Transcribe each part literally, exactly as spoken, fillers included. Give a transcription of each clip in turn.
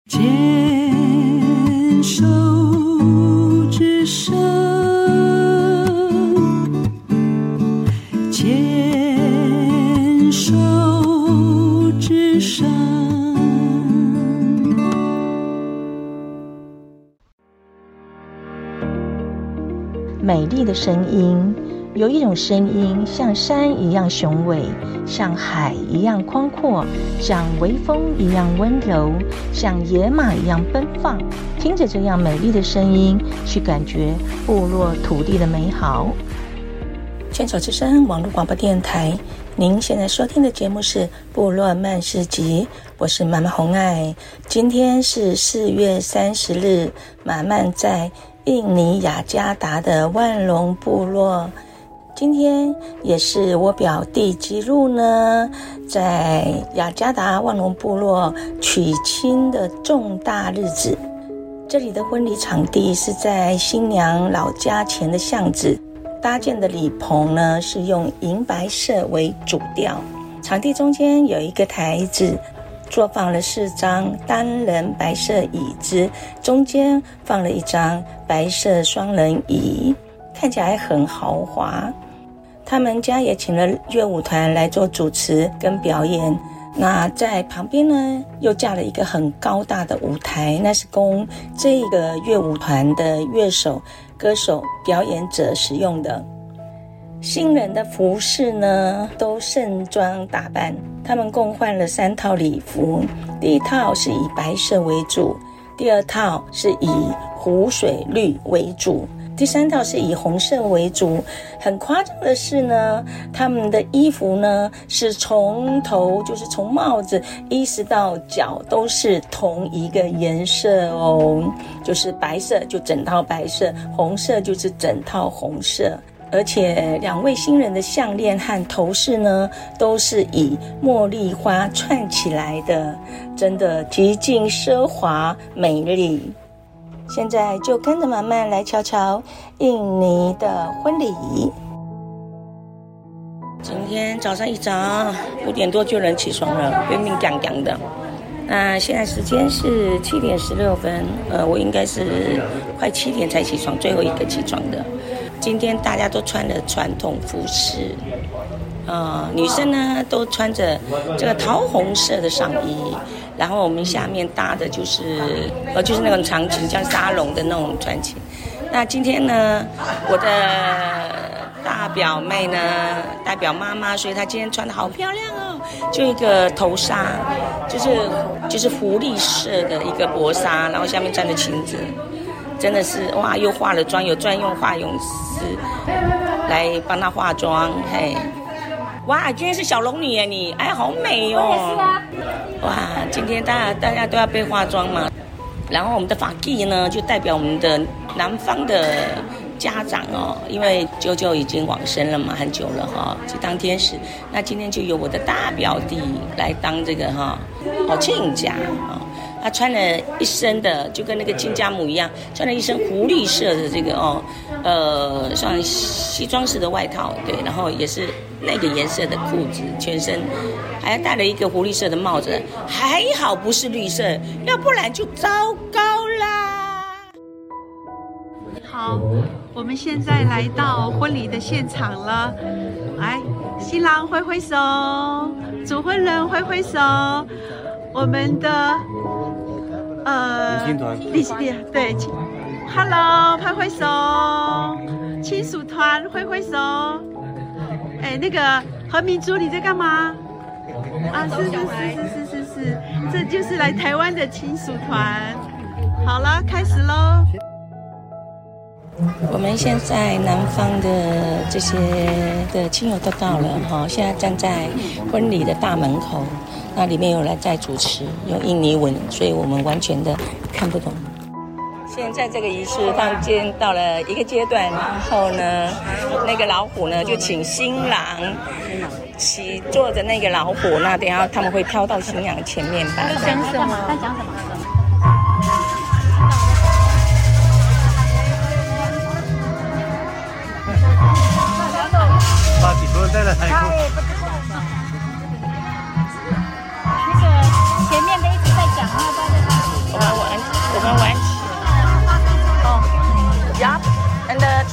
牵手之声，牵手之声。 美丽的声音，有一种声音像山一样雄伟，像海一样宽阔，像微风一样温柔，像野马一样奔放。听着这样美丽的声音，去感觉部落土地的美好。牵手之声网络广播电台，您现在收听的节目是部落漫市集，我是马漫红爱。今天是四月三十日，马漫在印尼雅加达的万隆部落。今天也是我表弟吉路呢在雅加达万隆部落娶亲的重大日子。这里的婚礼场地是在新娘老家前的巷子，搭建的礼棚呢是用银白色为主调，场地中间有一个台子，坐放了四张单人白色椅子，中间放了一张白色双人椅，看起来很豪华。他们家也请了乐舞团来做主持跟表演，那在旁边呢又架了一个很高大的舞台，那是供这个乐舞团的乐手、歌手、表演者使用的。新人的服饰呢都盛装打扮，他们共换了三套礼服，第一套是以白色为主，第二套是以湖水绿为主，第三套是以红色为主。很夸张的是呢，他们的衣服呢是从头，就是从帽子一直到脚都是同一个颜色哦，就是白色就整套白色，红色就是整套红色。而且两位新人的项链和头饰呢都是以茉莉花串起来的，真的极尽奢华美丽。现在就跟着马漫来瞧瞧印尼的婚礼。今天早上一早五点多就有人起床了，明明刚刚的。那现在时间是七点十六分，呃，我应该是快七点才起床，最后一个起床的。今天大家都穿了传统服饰，呃，女生呢都穿着这个桃红色的上衣，然后我们下面搭的就是呃就是那种长裙，像沙龙的那种穿裙。那今天呢，我的大表妹呢代表妈妈，所以她今天穿的好漂亮哦，就一个头纱，就是就是狐狸色的一个薄纱，然后下面站着裙子。真的是哇，又化了妆，有专用化妆师来帮她化妆，嘿，哇，今天是小龙女耶你，哎，好美哦！我也是啊。哇，今天大家大家都要被化妆嘛。然后我们的法纪呢，就代表我们的南方的家长哦，因为舅舅已经往生了嘛，很久了哈、哦，去当天使。那今天就由我的大表弟来当这个哈，哦，亲家啊。他穿了一身的，就跟那个金家母一样，穿了一身狐狸色的这个哦，呃，像西装式的外套，对，然后也是那个颜色的裤子，全身还戴了一个狐狸色的帽子，还好不是绿色，要不然就糟糕啦。 好，我们现在来到婚礼的现场了，来，新郎挥挥手，主婚人挥挥手，我们的。呃，亲团，对 ，Hello， 拍挥手，亲属团挥挥手。哎，那个何明珠，你在干嘛？啊，是是是是是是是，这就是来台湾的亲属团。好了，开始喽。 我们现在南方的这些的亲友都到了哈，现在站在婚礼的大门口。那里面有人在主持，用印尼文，所以我们完全的看不懂。现在这个仪式当间到了一个阶段，然后呢，那个老虎呢就请新郎骑坐着那个老虎，那等一下他们会挑到新娘前面吧。 讲什么？在讲什么？ 把几个带来海口。 那个前面的一直在讲，要不然就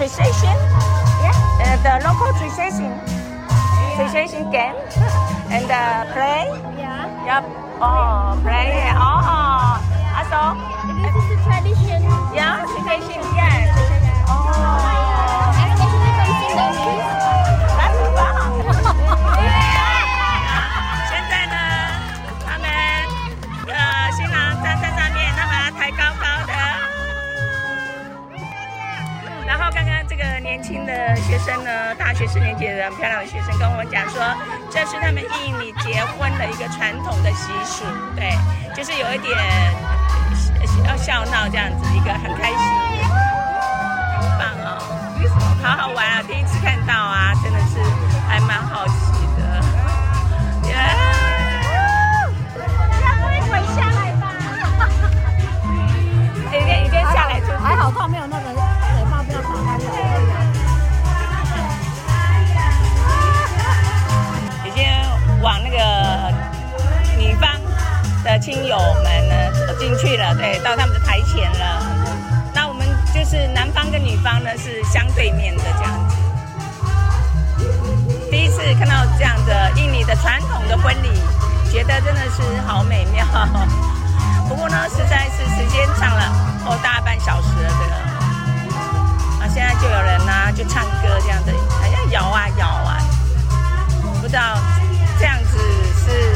tradition. Yeah. Uh, the local tradition. Tradition game. And uh, play. Yeah. Yep. Oh, play. Oh. Also. This is the tradition. Yeah, tradition. Yeah. Oh. Especially from Singapore. That's fun. 现在呢，他们呃新郎站在上面，他把它抬高高的。然后刚刚这个年轻的学生呢，大学四年级的很漂亮的学生跟我们讲说，这是他们印尼结婚的一个传统的习俗，对，就是有一点要笑闹这样子，一个很开心，很棒哦，好好玩啊！第一次看到啊，真的是还蛮好奇的，耶、yeah ！ 会回下来吧？ 已经已经下来就还好，他没有那个水帽不要打开了。 已经往那个女方的亲友们呢走进去了，对，到他们的台前了。那我们就是男方跟女方呢是相对面的这样子。第一次看到这样的印尼的传统的婚礼，觉得真的是好美妙。不过呢，实在是时间长了，哦，大半小时了这个。啊，现在就有人呢、啊、就唱歌这样子，好像摇啊摇啊，不知道这样子是。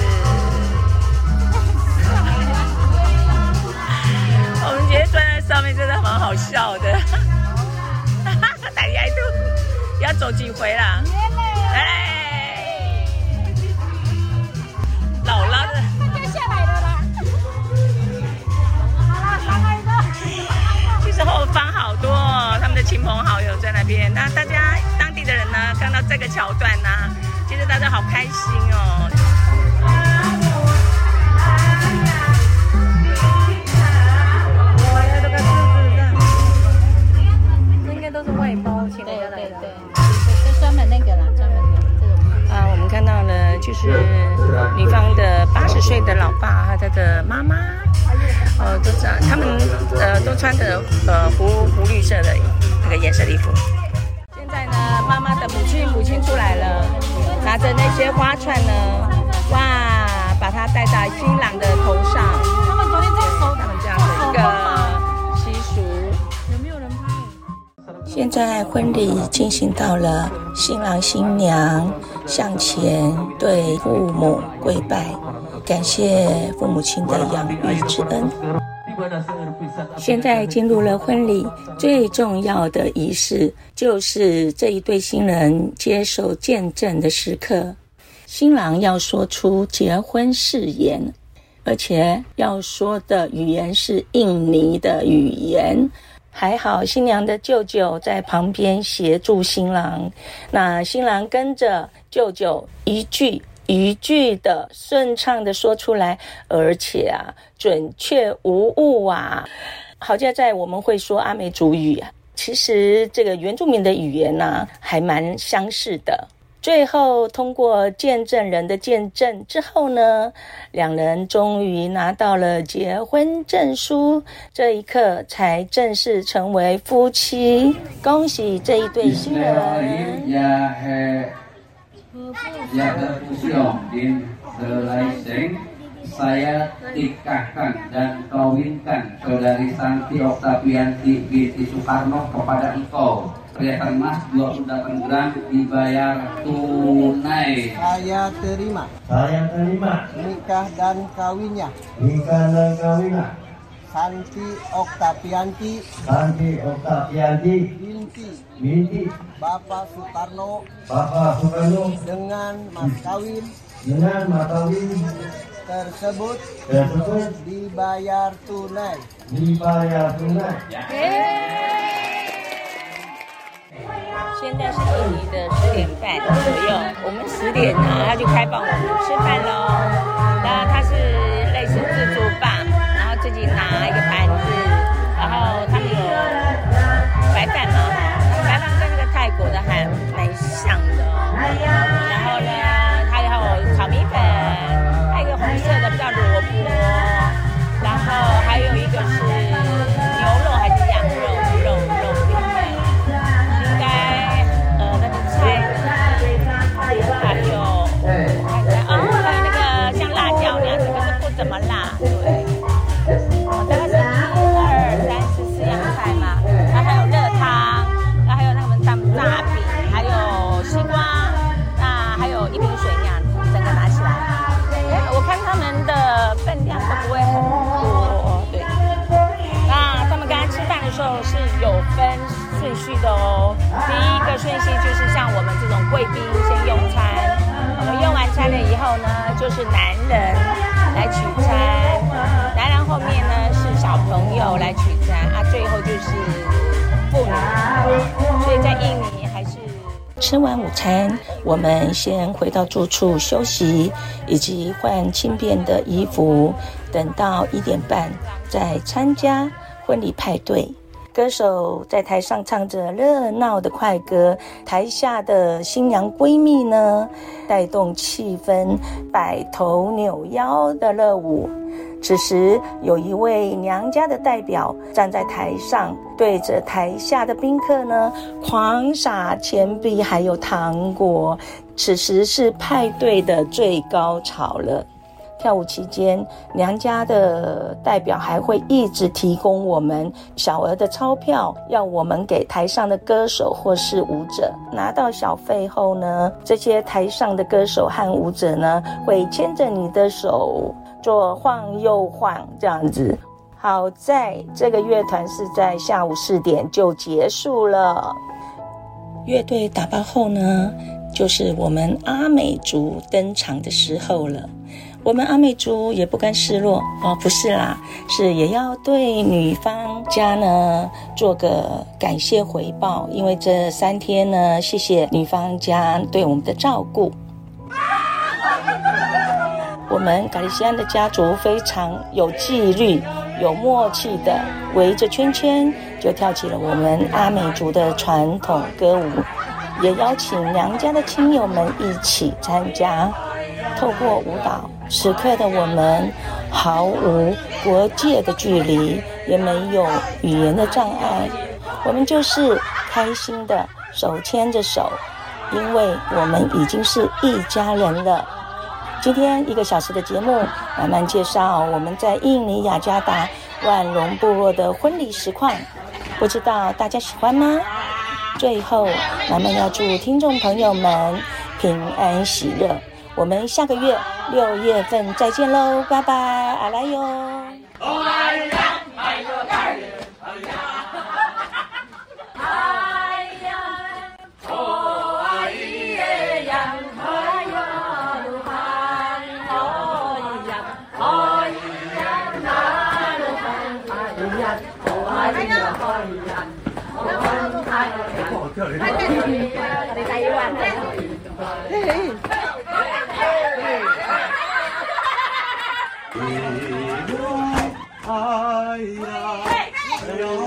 我们觉得站在上面真的蛮好笑的，大家都要走几回啦？哎，姥姥的。 掉下来了啦！好了，上来的。 其实后方好多、哦、他们的亲朋好友在那边，那大家当地的人呢，看到这个桥段呢、啊，其实大家好开心哦。 都是外包请回来的，对对对，就专门那个啦，专门的这种。 啊，我们看到了，就是女方的八十岁的老爸和他的妈妈，呃，都这样，他们呃都穿着呃湖湖绿色的那个颜色的衣服。现在呢，妈妈的母亲母亲出来了，拿着那些花串呢，哇，把它戴在新郎的头上。 他们昨天这个收他们这样的一个习俗。现在婚礼进行到了，新郎新娘向前对父母跪拜，感谢父母亲的养育之恩。现在进入了婚礼最重要的仪式，就是这一对新人接受见证的时刻。新郎要说出结婚誓言，而且要说的语言是印尼的语言。还好新娘的舅舅在旁边协助新郎，那新郎跟着舅舅一句一句的顺畅的说出来，而且啊准确无误啊。好在在我们会说阿美族语啊，其实这个原住民的语言啊还蛮相似的。最后通过见证人的见证之后呢，两人终于拿到了结婚证书，这一刻才正式成为夫妻。恭喜这一对新人。 Saya nikahkan dan kawinkan saudari Santi Oktavianti binti Soekarno kepada engkau. Perhiasan emas dua puluh delapan gram dibayar tunai. Saya terima. Saya terima. Nikah dan kawinnya. Nikah dan kawinnya. Santi Oktavianti. Santi Oktavianti. Binti. Binti. Bapak Soekarno. Bapak Soekarno. Dengan mas kawin. Dengan mas kawin. Tersebut. Tersebut. Dibayar tunai. Dibayar tunai. 现在是印尼的十点半左右，我们十点呢，他就开放我们吃饭喽。那他是类似自助吧，然后自己拿一个盘子，然后他们有白饭嘛，白饭跟那个泰国的还蛮像的。然后呢，还有炒米粉，还有一个红色的叫萝卜，然后还有一个是牛肉还是羊肉肉肉饼。 第一个顺序就是像我们这种贵宾先用餐，我们用完餐了以后呢，就是男人来取餐，男人后面呢是小朋友来取餐啊，最后就是妇女。所以在印尼还是吃完午餐，我们先回到住处休息，以及换轻便的衣服，等到一点半再参加婚礼派对。歌手在台上唱着热闹的快歌，台下的新娘闺蜜呢，带动气氛，摆头扭腰的热舞。此时有一位娘家的代表站在台上，对着台下的宾客呢狂撒钱币还有糖果，此时是派对的最高潮了。跳舞期间，娘家的代表还会一直提供我们小额的钞票，要我们给台上的歌手或是舞者。拿到小费后呢，这些台上的歌手和舞者呢，会牵着你的手做晃又晃这样子。好在这个乐团是在下午四点就结束了。乐队打包后呢，就是我们阿美族登场的时候了。我们阿美族也不甘示弱哦，不是啦，是也要对女方家呢做个感谢回报，因为这三天呢，谢谢女方家对我们的照顾。我们卡利西安的家族非常有纪律、有默契的围着圈圈，就跳起了我们阿美族的传统歌舞，也邀请娘家的亲友们一起参加。透过舞蹈，此刻的我们毫无国界的距离，也没有语言的障碍，我们就是开心的手牵着手，因为我们已经是一家人了。今天一个小时的节目，慢慢介绍我们在印尼雅加达万隆部落的婚礼实况，不知道大家喜欢吗？最后，慢慢要祝听众朋友们平安喜乐。我们下个月六月份再见喽，拜拜，阿来哟。 哎呀，哎呀。